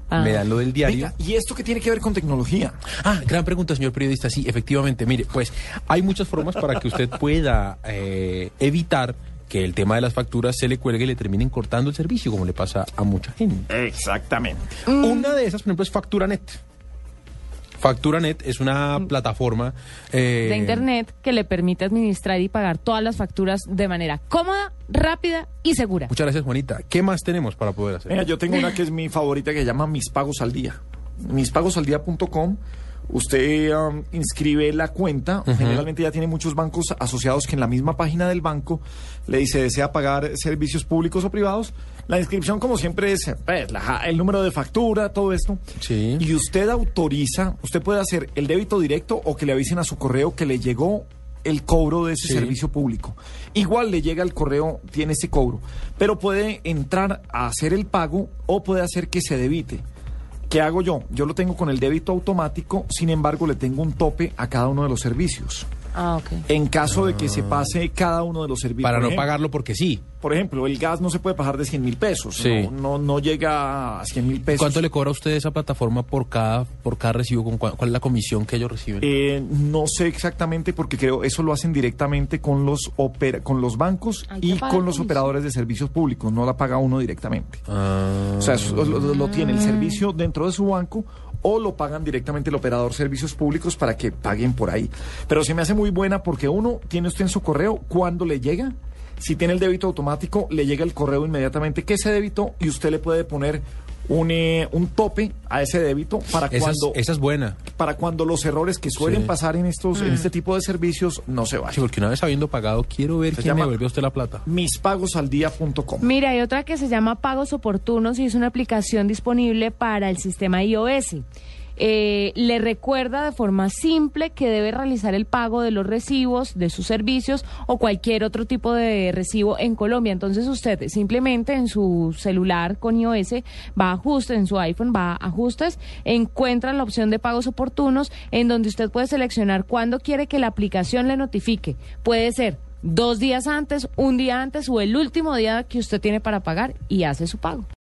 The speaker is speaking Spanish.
me dan lo del diario. Venga, ¿y esto qué tiene que ver con tecnología? Gran pregunta, señor periodista. Sí, efectivamente. Mire, pues hay muchas formas para que usted pueda evitar que el tema de las facturas se le cuelgue y le terminen cortando el servicio, como le pasa a mucha gente. Exactamente. Una de esas, por ejemplo, es FacturaNet. FacturaNet es una plataforma de internet que le permite administrar y pagar todas las facturas de manera cómoda, rápida y segura. Muchas gracias, Juanita. ¿Qué más tenemos para poder hacer? Mira, yo tengo una que es mi favorita que se llama Mis Pagos al Día. Mispagosaldía.com. Usted inscribe la cuenta. Generalmente ya tiene muchos bancos asociados que en la misma página del banco le dice desea pagar servicios públicos o privados. La inscripción, como siempre, es pues, el número de factura, todo esto. Sí. Y usted autoriza, usted puede hacer el débito directo o que le avisen a su correo que le llegó el cobro de ese servicio público. Igual le llega el correo, tiene ese cobro, pero puede entrar a hacer el pago o puede hacer que se debite. ¿Qué hago yo? Yo lo tengo con el débito automático, sin embargo le tengo un tope a cada uno de los servicios. Ok. En caso de que se pase cada uno de los servicios. Para no pagarlo porque sí. Por ejemplo, el gas no se puede pasar de 100.000 pesos. Sí. No llega a 100.000 pesos. ¿Cuánto le cobra a usted esa plataforma por cada recibo? ¿Cuál es la comisión que ellos reciben? No sé exactamente porque creo eso lo hacen directamente con los bancos y con los operadores de servicios públicos. No la paga uno directamente. O sea, eso lo tiene el servicio dentro de su banco o lo pagan directamente el operador servicios públicos para que paguen por ahí. Pero se me hace muy buena porque uno, tiene usted en su correo cuando le llega. Si tiene el débito automático, le llega el correo inmediatamente que se débito y usted le puede poner un tope a ese débito para esa es buena. Para cuando los errores que suelen pasar en este tipo de servicios no se vayan. Sí, porque una vez habiendo pagado, quiero ver quién me devolvió usted la plata. Mispagosaldía.com. Mira, hay otra que se llama Pagos Oportunos y es una aplicación disponible para el sistema iOS. Le recuerda de forma simple que debe realizar el pago de los recibos, de sus servicios o cualquier otro tipo de recibo en Colombia. Entonces usted simplemente en su celular con iOS va a ajustes, en su iPhone va a ajustes, encuentra la opción de pagos oportunos en donde usted puede seleccionar cuándo quiere que la aplicación le notifique. Puede ser 2 días antes, un día antes o el último día que usted tiene para pagar y hace su pago.